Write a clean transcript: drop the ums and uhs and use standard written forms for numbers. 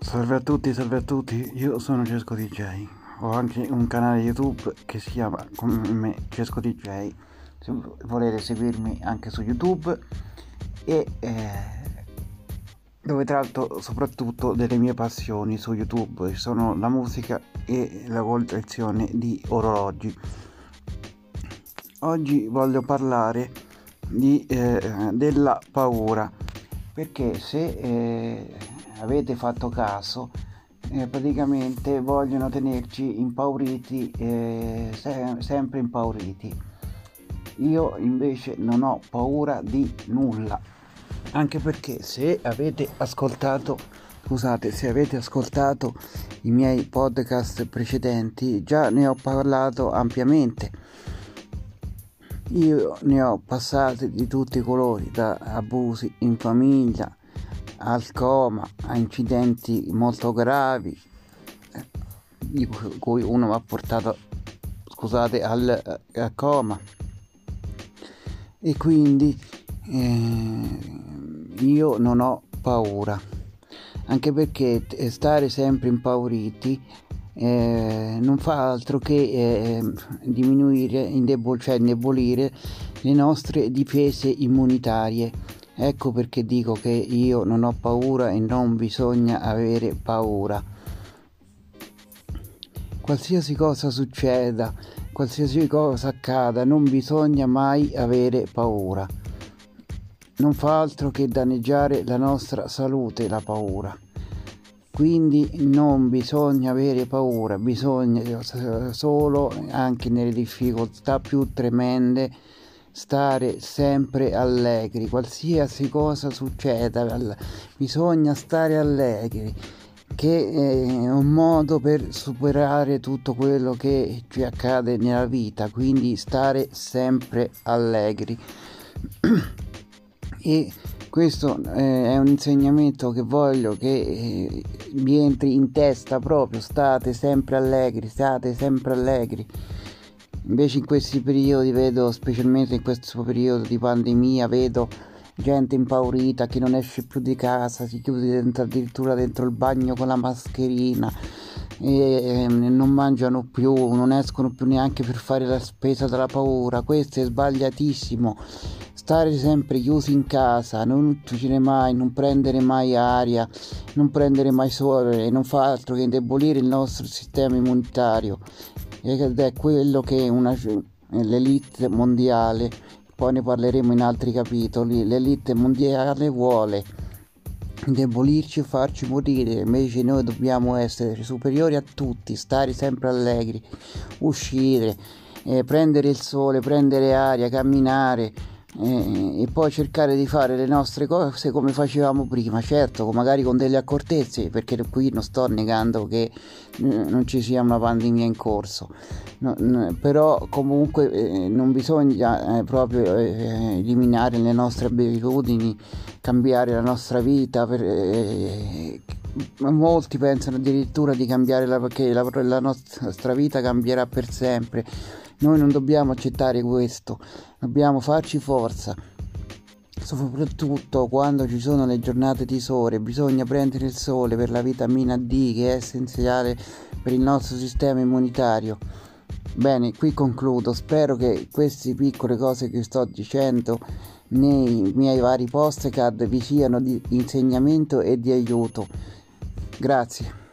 Salve a tutti, io sono Cesco DJ, ho anche un canale YouTube che si chiama come me Cesco DJ, se volete seguirmi anche su YouTube e dove tratto soprattutto delle mie passioni su YouTube, sono la musica e la collezione di orologi. Oggi voglio parlare della paura, perché se avete fatto caso, praticamente vogliono tenerci impauriti, sempre impauriti. Io invece non ho paura di nulla, anche perché se avete ascoltato i miei podcast precedenti, già ne ho parlato ampiamente. Io ne ho passati di tutti i colori, da abusi in famiglia al coma, a incidenti molto gravi, di cui uno mi ha portato al coma, e quindi io non ho paura, anche perché stare sempre impauriti non fa altro che diminuire, indebolire le nostre difese immunitarie. Ecco perché dico che io non ho paura e non bisogna avere paura. Qualsiasi cosa succeda, qualsiasi cosa accada, non bisogna mai avere paura. Non fa altro che danneggiare la nostra salute, la paura. Quindi non bisogna avere paura, bisogna solo, anche nelle difficoltà più tremende, stare sempre allegri. Qualsiasi cosa succeda, bisogna stare allegri, che è un modo per superare tutto quello che ci accade nella vita, quindi stare sempre allegri. E questo è un insegnamento che voglio che vi entri in testa proprio: state sempre allegri. Invece in questi periodi vedo, specialmente in questo periodo di pandemia, vedo gente impaurita che non esce più di casa, si chiude addirittura dentro il bagno con la mascherina, e non mangiano più, non escono più neanche per fare la spesa dalla paura. Questo è sbagliatissimo. Stare sempre chiusi in casa, non uscire mai, non prendere mai aria, non prendere mai sole, non fa altro che indebolire il nostro sistema immunitario, ed è quello che l'elite mondiale, poi ne parleremo in altri capitoli, l'elite mondiale vuole indebolirci e farci morire. Invece noi dobbiamo essere superiori a tutti, stare sempre allegri, uscire, prendere il sole, prendere aria, camminare, e poi cercare di fare le nostre cose come facevamo prima, certo magari con delle accortezze, perché qui non sto negando che non ci sia una pandemia in corso, però comunque non bisogna proprio eliminare le nostre abitudini, cambiare la nostra vita. Molti pensano addirittura di cambiare perché la nostra vita cambierà per sempre. Noi non dobbiamo accettare questo, dobbiamo farci forza, soprattutto quando ci sono le giornate di sole. Bisogna prendere il sole per la vitamina D, che è essenziale per il nostro sistema immunitario. Bene, qui concludo. Spero che queste piccole cose che sto dicendo nei miei vari podcast vi siano di insegnamento e di aiuto. Grazie.